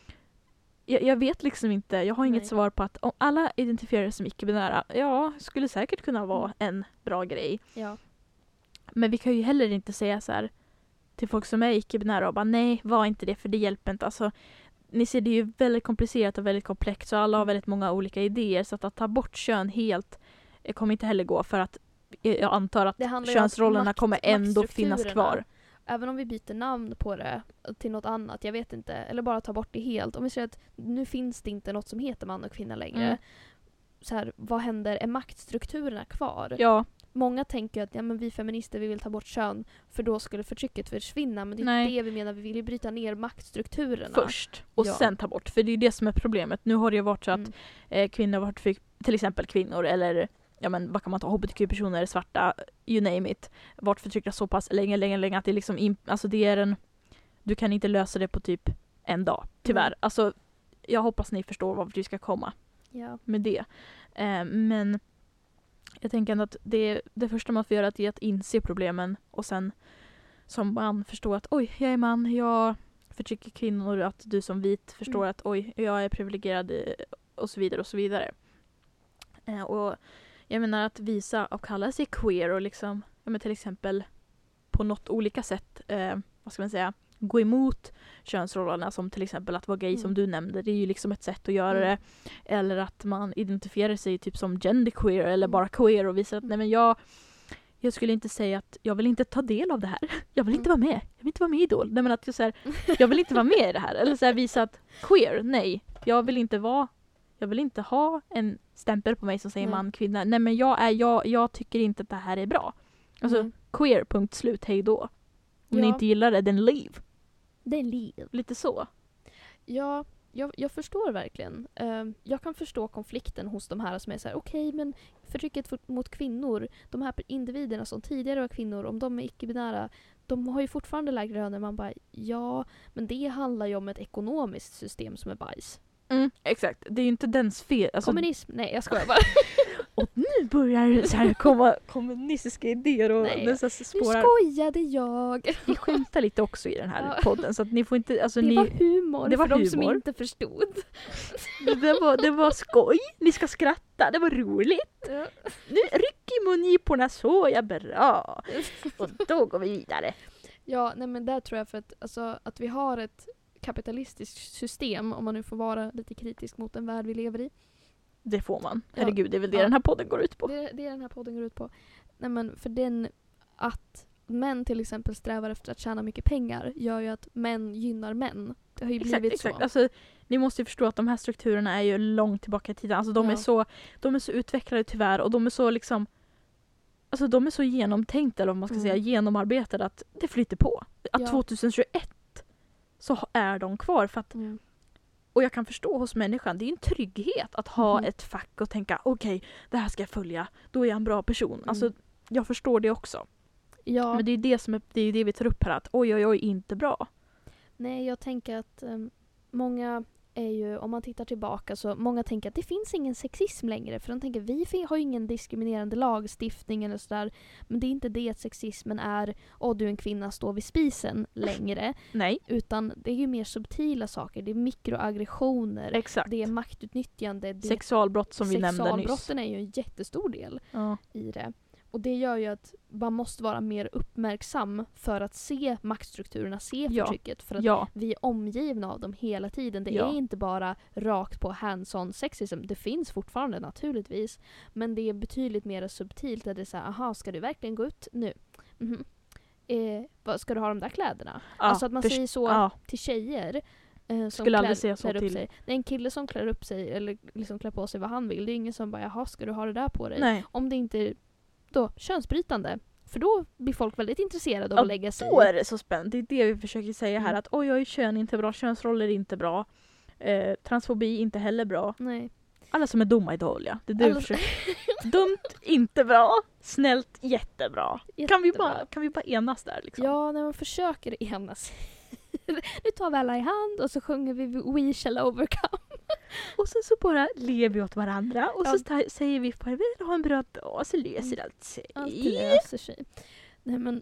jag, jag vet liksom inte, jag har inget Nej. svar på att om alla identifierar sig som icke-binära, ja, skulle säkert kunna vara en bra grej. Ja. Men vi kan ju heller inte säga så här till folk som är icke-binära och bara nej, var inte det för det hjälper inte. Alltså, ni ser, det är ju väldigt komplicerat och väldigt komplext och alla har väldigt många olika idéer, så att, att ta bort kön helt eh, kommer inte heller gå, för att jag antar att Det handlar ju om könsrollerna makt- kommer ändå finnas maktstrukturerna. kvar. Även om vi byter namn på det till något annat, jag vet inte, eller bara tar bort det helt. Om vi säger att nu finns det inte något som heter man och kvinna längre. Mm. Så här, vad händer? Är maktstrukturerna kvar? Ja, Många tänker att ja, men vi feminister vi vill ta bort kön för då skulle förtrycket försvinna. Men det är Nej. inte det vi menar, vi vill ju bryta ner maktstrukturerna. först och Ja. sen ta bort. För det är det som är problemet. Nu har det ju varit så att Mm. eh, kvinnor har varit förtryck, till exempel kvinnor eller ja men vad kan man ta, hbtq-personer, svarta, you name it, varit förtryckta så pass länge, länge, länge att det liksom, in, alltså det är en, du kan inte lösa det på typ en dag, tyvärr. Mm. Alltså, jag hoppas ni förstår vart vi ska komma Ja. med det. Eh, men jag tänker ändå att det, det första man får göra är att inse problemen och sen som man förstår att oj, jag är man, jag förtrycker kvinnor, att du som vit förstår Mm. att oj, jag är privilegierad eh, och så vidare och så vidare. Eh, och jag menar att visa och kalla sig queer och liksom, ja men till exempel på något olika sätt, eh, vad ska man säga, gå emot könsrollerna, som till exempel att vara gay Mm. som du nämnde, det är ju liksom ett sätt att göra Mm. det. Eller att man identifierar sig typ som genderqueer eller Mm. bara queer och visar att nej men jag jag skulle inte säga att jag vill inte ta del av det här. Jag vill inte vara Mm. med. Jag vill inte vara med i Idol. Nej, men att jag, så här, jag vill inte vara med i det här. Eller så här, visa att queer, nej. Jag vill inte vara jag vill inte ha en stämpel på mig som säger Nej. man, kvinna. Nej men jag är jag, jag tycker inte att det här är bra. Alltså Mm. queer, punkt slut, hej då. Om ni Ja. inte gillar det, then leave. Det är liv. Lite så. Ja, jag, jag förstår verkligen. Ehm, jag kan förstå konflikten hos de här som är så här: okej, men förtrycket för, mot kvinnor, de här individerna som tidigare var kvinnor, om de är icke-binära, de har ju fortfarande lägre löner. Man bara, ja, men det handlar ju om ett ekonomiskt system som är bajs. Mm, exakt. Det är ju inte dens fel. Alltså, Kommunism? Nej, jag skojar bara. och nu börjar det så här komma kommunistiska idéer och Nej, det så här Nu spårar. skojade jag. Vi skämtar lite också i den här Ja. podden, så att ni får inte, alltså Det ni, var humor det var för de som humor. inte förstod. det, var, det var skoj, ni ska skratta, det var roligt. Ja. Nu ryck i mungiporna, så är bra. Och då går vi vidare. Ja, nej men där tror jag för att, alltså, att vi har ett kapitalistiskt system, om man nu får vara lite kritisk mot den värld vi lever i. Det får man. Ja. Herregud, det är väl det Ja. den här podden går ut på. Det, det är den här podden går ut på. Nej men för den, att män till exempel strävar efter att tjäna mycket pengar gör ju att män gynnar män. Det har ju Exakt, blivit exakt. så. Alltså, ni måste ju förstå att de här strukturerna är ju långt tillbaka i tiden. Alltså, de, Ja. är så, de är så utvecklade tyvärr och de är så liksom alltså de är så genomtänkta, eller vad man ska Mm. säga, genomarbetade att det flyter på. Att Ja. tjugohundratjugoett så är de kvar för att, Mm. och jag kan förstå hos människan, det är en trygghet att ha Mhm. ett fack och tänka okej, det här ska jag följa, då är jag en bra person. Mm. Alltså jag förstår det också. Ja, Men det är det som är, det är det vi tar upp här, att oj oj oj, inte bra. nej jag tänker att um, många är ju, om man tittar tillbaka så många tänker att det finns ingen sexism längre, för de tänker vi fi- har ju ingen diskriminerande lagstiftning eller sådär, men det är inte det att sexismen är åh du är en kvinna, står vid spisen längre, Nej, utan det är ju mer subtila saker, det är mikroaggressioner, exakt. det är maktutnyttjande, det Sexualbrott som vi nämnde nyss. sexualbrotten är ju en jättestor del Ja. i det. Och det gör ju att man måste vara mer uppmärksam för att se maktstrukturerna, se Ja. förtrycket. För att Ja, vi är omgivna av dem hela tiden. Det Ja. är inte bara rakt på hands-on sexism. Det finns fortfarande naturligtvis. Men det är betydligt mer subtilt. Där det är så här, aha, ska du verkligen gå ut nu? Mhm. Eh, vad, ska du ha de där kläderna? ja, alltså att man först- säger så ja. till tjejer. Eh, som Skulle aldrig klär, säga så klär upp till- sig. Det är en kille som klär upp sig eller liksom klär på sig vad han vill. Det är ingen som bara, jaha, ska du ha det där på dig? Nej. Om det inte är då, könsbrytande. För då blir folk väldigt intresserade av Ja, att lägga sig Då i. är det så spännande. Det är det vi försöker säga här. Mm. Att oj oj, kön är inte bra, könsroller är inte bra. Eh, transfobi är inte heller bra. Nej. Alla som är dumma är dåliga. Det är det Alla- vi försöker. Dumt, inte bra. Snällt, jättebra. Kan vi, Jättebra. bara, kan vi bara enas där liksom? Ja, när man försöker enas. Nu tar vi alla i hand och så sjunger vi We shall overcome. Och sen så bara ler vi åt varandra. Och Ja. så sta- säger vi farväl, ha en bra dag. Och så löser allt sig. Allt löser sig. Nej men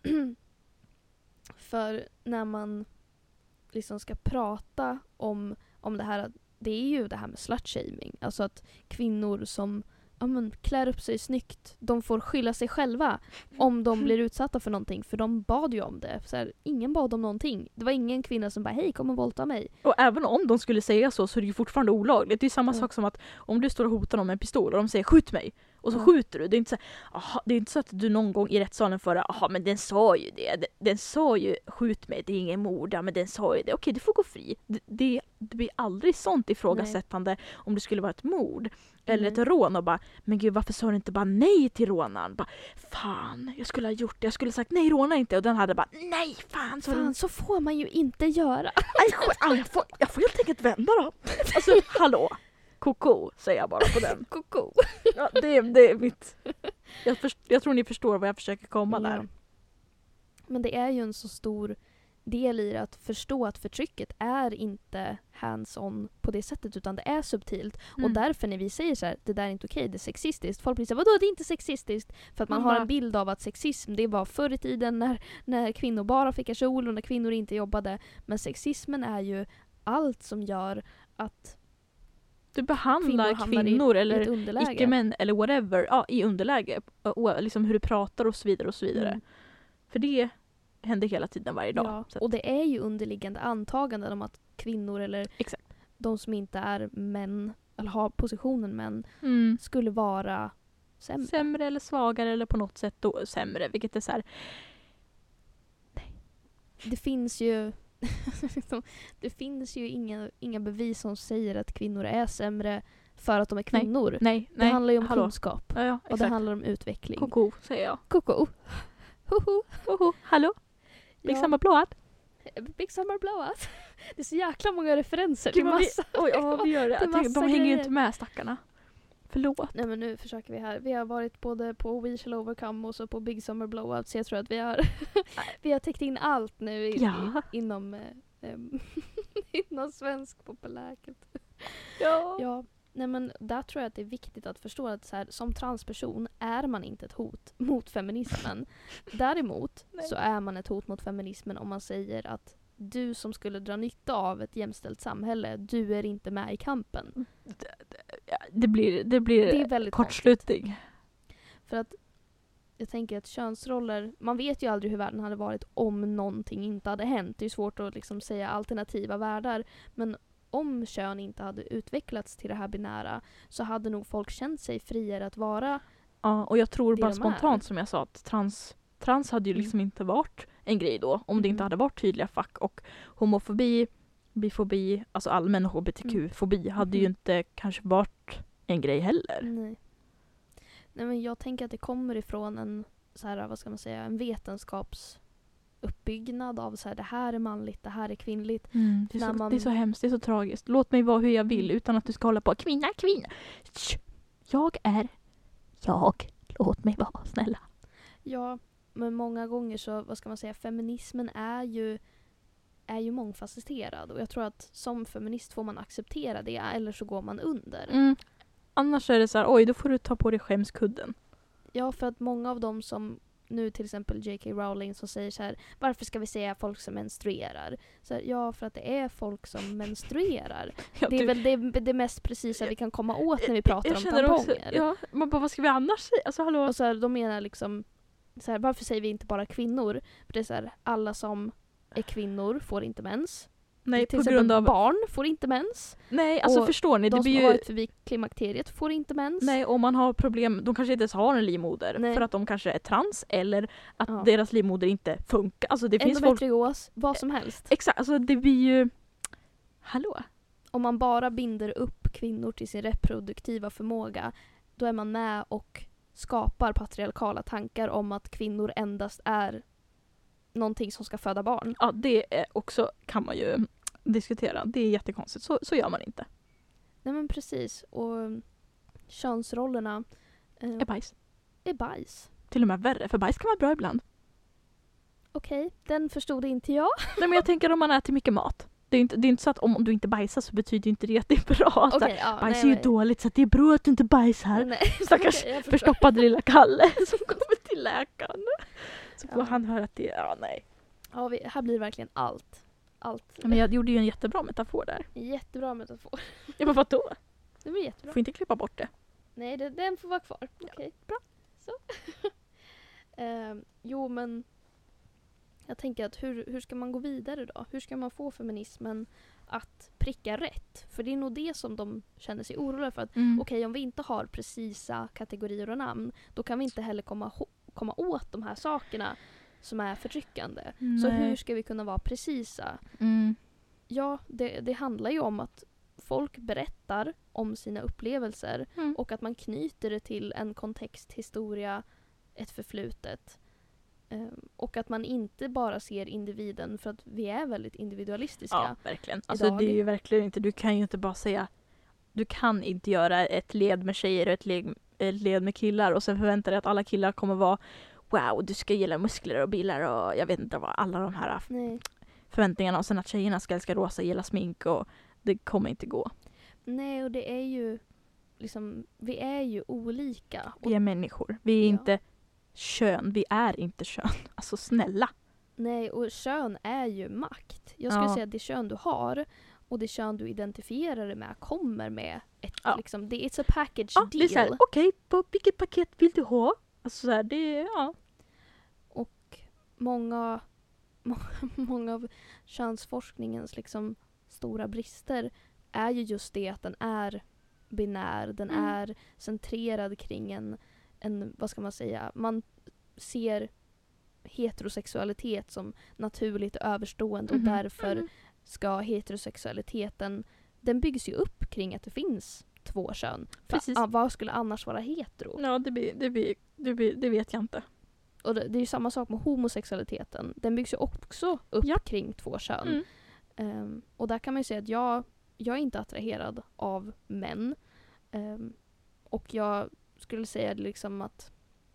för när man liksom ska prata om, om det här, det är ju det här med slutshaming. Alltså att kvinnor som ja, men, klär upp sig snyggt, de får skylla sig själva om de blir utsatta för någonting. För de bad ju om det. Så här, ingen bad om någonting. Det var ingen kvinna som bara hej, kom och våldta mig. Och även om de skulle säga så så är det ju fortfarande olagligt. Det är samma Ja. sak som att om du står och hotar någon med en pistol och de säger skjut mig. Och så Ja. skjuter du. Det är, inte så, aha, det är inte så att du någon gång i rättssalen för aha men den sa ju det. Den, den sa ju skjut mig, det är ingen mord. Ja, men den sa ju det. Okej, du får gå fri. Det, det, det blir aldrig sånt ifrågasättande om det skulle vara ett mord. Eller Nej. ett rån och bara men gud varför sa du inte bara nej till rånaren? Bara, fan, jag skulle ha gjort det. Jag skulle ha sagt nej, råna inte. Och den hade bara nej, fan. Så Fan, så får man ju inte göra. Aj, sk- aj, jag, får, jag får helt enkelt vända då. Alltså, hallå. Koko, säger jag bara på den. Koko. Ja, det, är, det är mitt... Jag, först, jag tror ni förstår vad jag försöker komma Ja. där. Men det är ju en så stor del i det att förstå att förtrycket är inte hands-on på det sättet utan det är subtilt. Mm. Och därför när vi säger så här, det där är inte okej, det är sexistiskt. Folk blir så här, vadå det är inte sexistiskt? För att man Man har bara- en bild av att sexism det var förr i tiden när, när kvinnor bara fick kjol och när kvinnor inte jobbade. Men sexismen är ju allt som gör att Du behandlar kvinnor hamnar kvinnor i, i eller ett underläge. icke-män eller whatever ja, i underläge. Och, liksom hur du pratar och så vidare och så vidare. Mm. För det händer hela tiden varje dag. Ja, Så att, och det är ju underliggande antaganden om att kvinnor eller Exakt. de som inte är män eller har positionen män mm. skulle vara sämre. Sämre eller svagare eller på något sätt då sämre. Vilket är så här, Det finns ju det finns ju inga, inga bevis som säger att kvinnor är sämre för att de är Nej, kvinnor. nej, det nej. handlar ju om hallå. kunskap Ja, ja, och det exakt. handlar om utveckling. Koko, säger jag. Koko. Hoho. Oho, hallå? Big Ja. Summer Blowout? Big Summer Blowout. Det är så jäkla många referenser till Gud, vad vi- massa. Oj, ja, vi gör det. till Jag tänker, massa de hänger ju grejer. inte med, stackarna. Förlåt. Nej men nu försöker vi här. Vi har varit både på We Shall Overcome och så på Big Summer Blowout så jag tror att vi har vi har täckt in allt nu i, Ja. i, inom eh, em, inom svensk populärkultur. Ja. Ja, nej men där tror jag att det är viktigt att förstå att så här, som transperson är man inte ett hot mot feminismen. Däremot Nej. så är man ett hot mot feminismen om man säger att du som skulle dra nytta av ett jämställt samhälle, du är inte med i kampen. Det blir, det blir Det är väldigt kortslutning. För att jag tänker att könsroller, man vet ju aldrig hur världen hade varit om någonting inte hade hänt. Det är svårt att liksom säga alternativa världar. Men om kön inte hade utvecklats till det här binära så hade nog folk känt sig friare att vara. Ja, och jag tror Det bara de spontant är. som jag sa att trans, trans hade ju Mm. liksom inte varit en grej då om det inte Mm. hade varit tydliga fack. Och homofobi, bifobi, alltså allmän H B T Q-fobi hade ju Mhm. inte kanske varit en grej heller. Nej. Nej men jag tänker att det kommer ifrån en så här, vad ska man säga, en vetenskapsuppbyggnad av så här, det här är manligt, det här är kvinnligt. Mm, det, är När så, man- det är så hemskt, det är så tragiskt. Låt mig vara hur jag vill Mm. utan att du ska hålla på kvinna, kvinna. Shh. Jag är jag. Låt mig vara, snälla. Ja, men många gånger så, vad ska man säga, feminismen är ju är ju mångfacetterad. Och jag tror att som feminist får man acceptera det, eller så går man under. Mm. Annars är det så här, oj, då får du ta på dig skämskudden. Ja, för att många av dem som nu till exempel J K Rowling som säger så här, varför ska vi säga folk som menstruerar? Så här, ja, för att det är folk som menstruerar. Ja, det är du, väl det, det mest precisa vi kan komma åt när vi pratar jag om känner tamponger. också, ja, man bara, vad ska vi annars säga? Alltså, hallå? Och så här, de menar liksom, så här, varför säger vi inte bara kvinnor? För det är så här, alla som är kvinnor får inte mens. Nej, till på exempel grund av... barn får inte mens. Nej, alltså Och förstår ni? De Det som blir har ju... varit förbi klimakteriet får inte mens. Nej, om man har problem, de kanske inte ens har en livmoder. Nej. För att de kanske är trans eller att Ja. deras livmoder inte funkar. Alltså det finns folk... Endometrios, vad som helst. Exakt, alltså det blir ju... Hallå? Om man bara binder upp kvinnor till sin reproduktiva förmåga, då är man med och skapar patriarkala tankar om att kvinnor endast är någonting som ska föda barn. Ja, det är också kan man ju diskutera. Det är jättekonstigt. Så, så gör man inte. Nej men precis. Och könsrollerna eh, Är bajs. är bajs. Till och med värre, för bajs kan vara bra ibland. Okej, den förstod inte jag. Nej, men jag tänker om man äter mycket mat. Det är inte, det är inte så att om, om du inte bajsar så betyder inte det att det är bra. Att Okej, ja, bajs nej, är ju nej. dåligt så att det är bra att du inte bajsar. Nej, Stackars okej, jag förstår. förstoppade lilla Kalle som kommer till läkaren. Så får Ja. han höra att det är, ja nej. Ja, vi, här blir det verkligen allt. Allt. Ja, men jag gjorde ju en jättebra metafor där. Jättebra metafor. Jag bara, vadå? Det blir jättebra. Får inte klippa bort det. Nej, det, den får vara kvar. Okej, bra. Så. Ehm, jo, men jag tänker att hur, hur ska man gå vidare då? Hur ska man få feminismen att pricka rätt? För det är nog det som de känner sig oroliga för. Att Mm. okej, om vi inte har precisa kategorier och namn, då kan vi inte heller komma, ho- komma åt de här sakerna som är förtryckande. Så Nej. hur ska vi kunna vara precisa? Mm. Ja, det, det handlar ju om att folk berättar om sina upplevelser Mm. och att man knyter det till en kontext, historia, ett förflutet. Um, och att man inte bara ser individen, för att vi är väldigt individualistiska. Ja, verkligen. Alltså idag. det är ju verkligen inte, du kan ju inte bara säga, du kan inte göra ett led med tjejer och ett led, ett led med killar och sen förvänta dig att alla killar kommer vara wow, du ska gilla muskler och bilar och jag vet inte vad, alla de här Nej. förväntningarna och sen att tjejerna ska älska rosa, gilla smink och det kommer inte gå. Nej, och det är ju liksom, vi är ju olika. Och, Vi är människor. Vi är Ja. inte kön. Vi är inte kön. Alltså snälla. nej, och kön är ju makt. Jag skulle Ja. säga att det kön du har och det kön du identifierar dig med kommer med ett, Ja. liksom, det it's a package Ja, det är deal. så här, okej, på vilket paket vill du ha? Alltså så här, det är, ja. många, många, många av könsforskningens liksom stora brister är ju just det att den är binär, den Mm. är centrerad kring en, en, vad ska man säga, man ser heterosexualitet som naturligt överstående Mhm. och därför Mhm. ska heterosexualiteten, den byggs ju upp kring att det finns två kön. För, Precis. ah, vad skulle annars vara hetero? Ja, det, blir, det, blir, det, blir, det vet jag inte. Och det, det är ju samma sak med homosexualiteten. Den byggs ju också upp Ja. kring två kön. Mm. Ehm, och där kan man ju säga att jag, jag är inte attraherad av män. Ehm, och jag skulle säga liksom att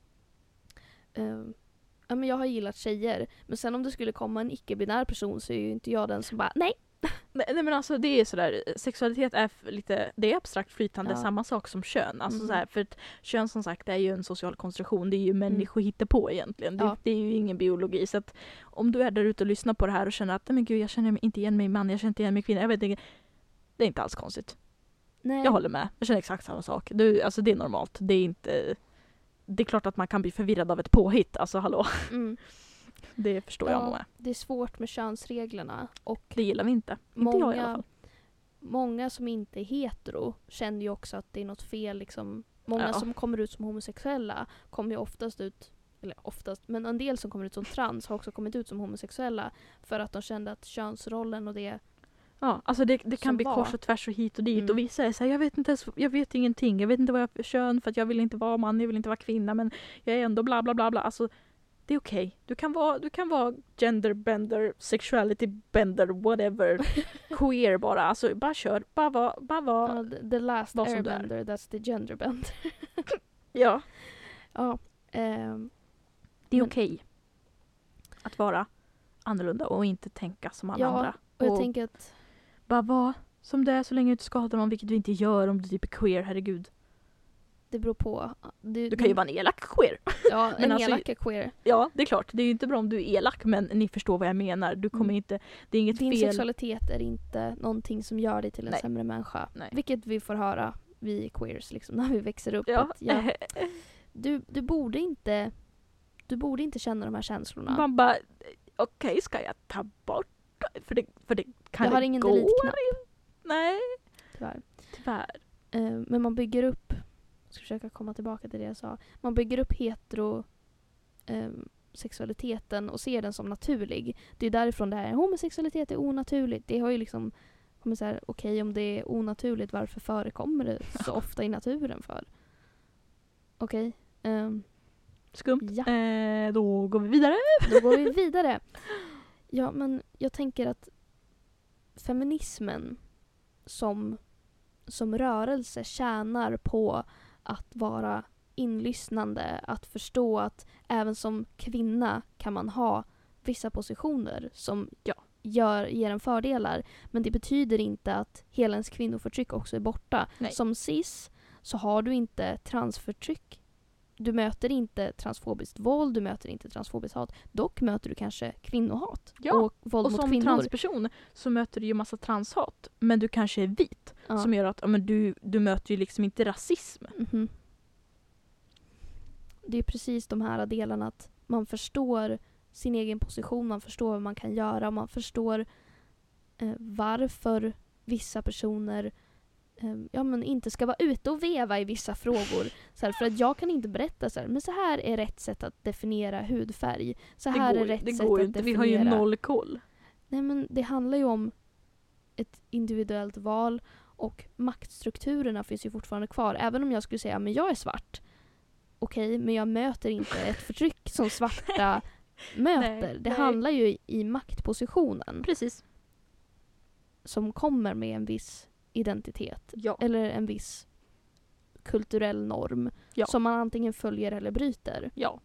ehm, ja, men jag har gillat tjejer. Men sen om det skulle komma en icke-binär person så är ju inte jag den som bara nej. Nej, nej men alltså det är sådär, sexualitet är f- lite, det är abstrakt flytande, Ja. samma sak som kön. Alltså Mhm. så här, för att kön som sagt är ju en social konstruktion, det är ju människor på egentligen. Det, Ja. det är ju ingen biologi. Så att om du är där ute och lyssnar på det här och känner att nej men gud, jag känner mig inte igen mig i man, jag känner inte igen mig i kvinna, jag vet inte. Det är inte alls konstigt. nej. Jag håller med, jag känner exakt samma sak. Du, alltså det är normalt, det är inte... Det är klart att man kan bli förvirrad av ett påhitt, alltså hallå. Mm. Det förstår jag Ja, med. det är svårt med könsreglerna. Och Det gillar vi inte. Inte jag i alla många, fall. många som inte är hetero känner ju också att det är något fel. Liksom. Många Ja. som kommer ut som homosexuella kommer ju oftast ut, eller oftast, men en del som kommer ut som trans har också kommit ut som homosexuella för att de kände att könsrollen och det... Ja, alltså det, det kan som bli var. kors och tvärs och hit och dit. Mm. Och vissa är såhär, jag vet inte ens, jag vet ingenting. Jag vet inte vad jag är för kön för att jag vill inte vara man, jag vill inte vara kvinna. Men jag är ändå bla bla bla bla. Alltså, det är okej. Du kan vara, du kan vara gender bender, sexuality bender, whatever. Queer bara. Alltså bara kör. Bara var, bara var. Ja, the, the last vad som du är. airbender, that's the genderbender. Ja, Ja, ehm, det är Men- okej. att vara annorlunda och inte tänka som alla Ja, andra. Och jag Och tänker att bara vara som det är så länge du inte skadar någon, vilket du inte gör om du typ är queer, herregud. det beror på. Du, Du kan ju vara en elak queer. Ja, men en alltså- elak är queer. Ja, det är klart. Det är ju inte bra om du är elak, men ni förstår vad jag menar. Du kommer Mm. inte... Det är inget Din fel. sexualitet är inte någonting som gör dig till en Nej. sämre människa. Nej. Vilket vi får höra, vi queers, liksom, när vi växer upp. Ja. Att, ja, du, du, borde inte, du borde inte känna de här känslorna. Man bara, okej, okay, ska jag ta bort? För det, för det kan jag har det ingen gå delete-knapp, in? Nej, tyvärr. tyvärr. Eh, men man bygger upp, jag ska försöka komma tillbaka till det jag sa. Man bygger upp hetero eh, sexualiteten och ser den som naturlig. Det är därifrån det här, homosexualitet är onaturligt. Det har ju liksom, kommer så här, okej, om det är onaturligt, varför förekommer det så ofta i naturen för? Okej. ehm, Skumt. Ja. Eh, då går vi vidare. Då går vi vidare. Ja, men jag tänker att feminismen som, som rörelse tjänar på att vara inlyssnande, att förstå att även som kvinna kan man ha vissa positioner som Ja. gör, ger en fördelar. Men det betyder inte att hela ens kvinnoförtryck också är borta. Nej. Som cis så har du inte transförtryck. Du möter inte transfobiskt våld, du möter inte transfobiskt hat. Dock möter du kanske kvinnohat Ja, och våld Och mot som kvinnor. transperson så möter du ju massa transhat. Men du kanske är vit. Ja. Som gör att ja, men du, du möter ju liksom inte rasism. Mhm. Det är precis de här delarna att man förstår sin egen position, man förstår vad man kan göra, man förstår eh, varför vissa personer eh, ja, men inte ska vara ute och veva i vissa frågor. Så här, för att jag kan inte berätta så här, men så här är rätt sätt att definiera hudfärg. Så Det här går, är rätt det sätt går att inte. Vi definiera. har ju noll koll. Nej, men det handlar ju om ett individuellt val och maktstrukturerna finns ju fortfarande kvar. Även om jag skulle säga men jag är svart. Okej, men jag möter inte ett förtryck som svarta möter. Nej, det nej. handlar ju i, i maktpositionen Precis. som kommer med en viss identitet. Ja. Eller en viss kulturell norm Ja. som man antingen följer eller bryter. Ja.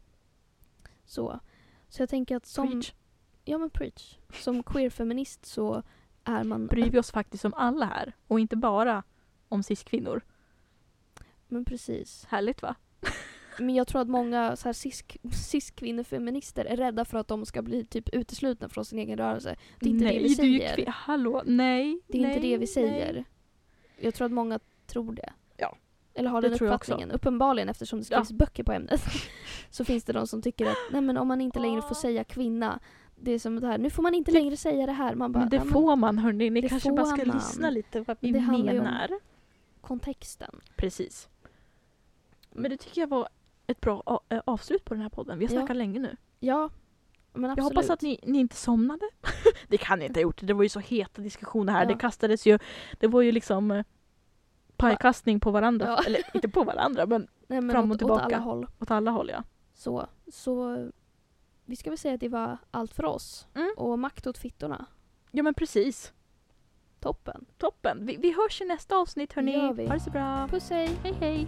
Så, så jag tänker att som... Preach. Ja, men preach. Som queer-feminist så är man... Bryr vi oss faktiskt om alla här. Och inte bara om cis-kvinnor. Men precis. Härligt va? Men jag tror att många så här cis- cis-kvinnofeminister är rädda för att de ska bli typ uteslutna från sin egen rörelse. Det är inte nej, det vi du är ju säger. kvin- Hallå, nej. Det är nej, inte det vi nej. säger. Jag tror att många tror det. Ja. Eller har Det den tror jag också. uppfattningen. Uppenbarligen eftersom det skrivs böcker på ämnet. Så finns det de som tycker att nej, men om man inte längre får säga kvinna. Det är som det här, nu får man inte längre säga det här. Man bara, Men det ja, men får man hörni, ni det kanske får bara ska man. lyssna lite vad vi Det handlar ju om- menar. kontexten. Precis. Men det tycker jag var ett bra a- äh, avslut på den här podden. Vi har Ja. snackat länge nu. Ja, men absolut. Jag hoppas att ni, ni inte somnade. Det kan ni inte ha gjort. Det var ju så heta diskussioner här. Ja. Det kastades ju, det var ju liksom eh, pajkastning på varandra. Ja. Eller inte på varandra, men nej, men fram och åt, tillbaka. åt alla håll. åt alla håll ja. Så, så vi ska väl säga att det var allt för oss. Mm. Och makt åt fittorna. Ja men precis. Toppen. Toppen. Vi, vi hörs i nästa avsnitt hörni. Gör vi. Ha det så bra. Puss hej. Hej hej.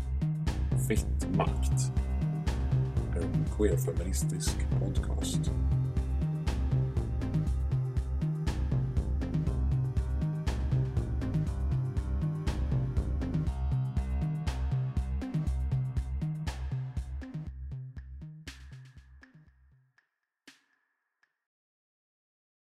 Fitt makt. En queer-feministisk podcast.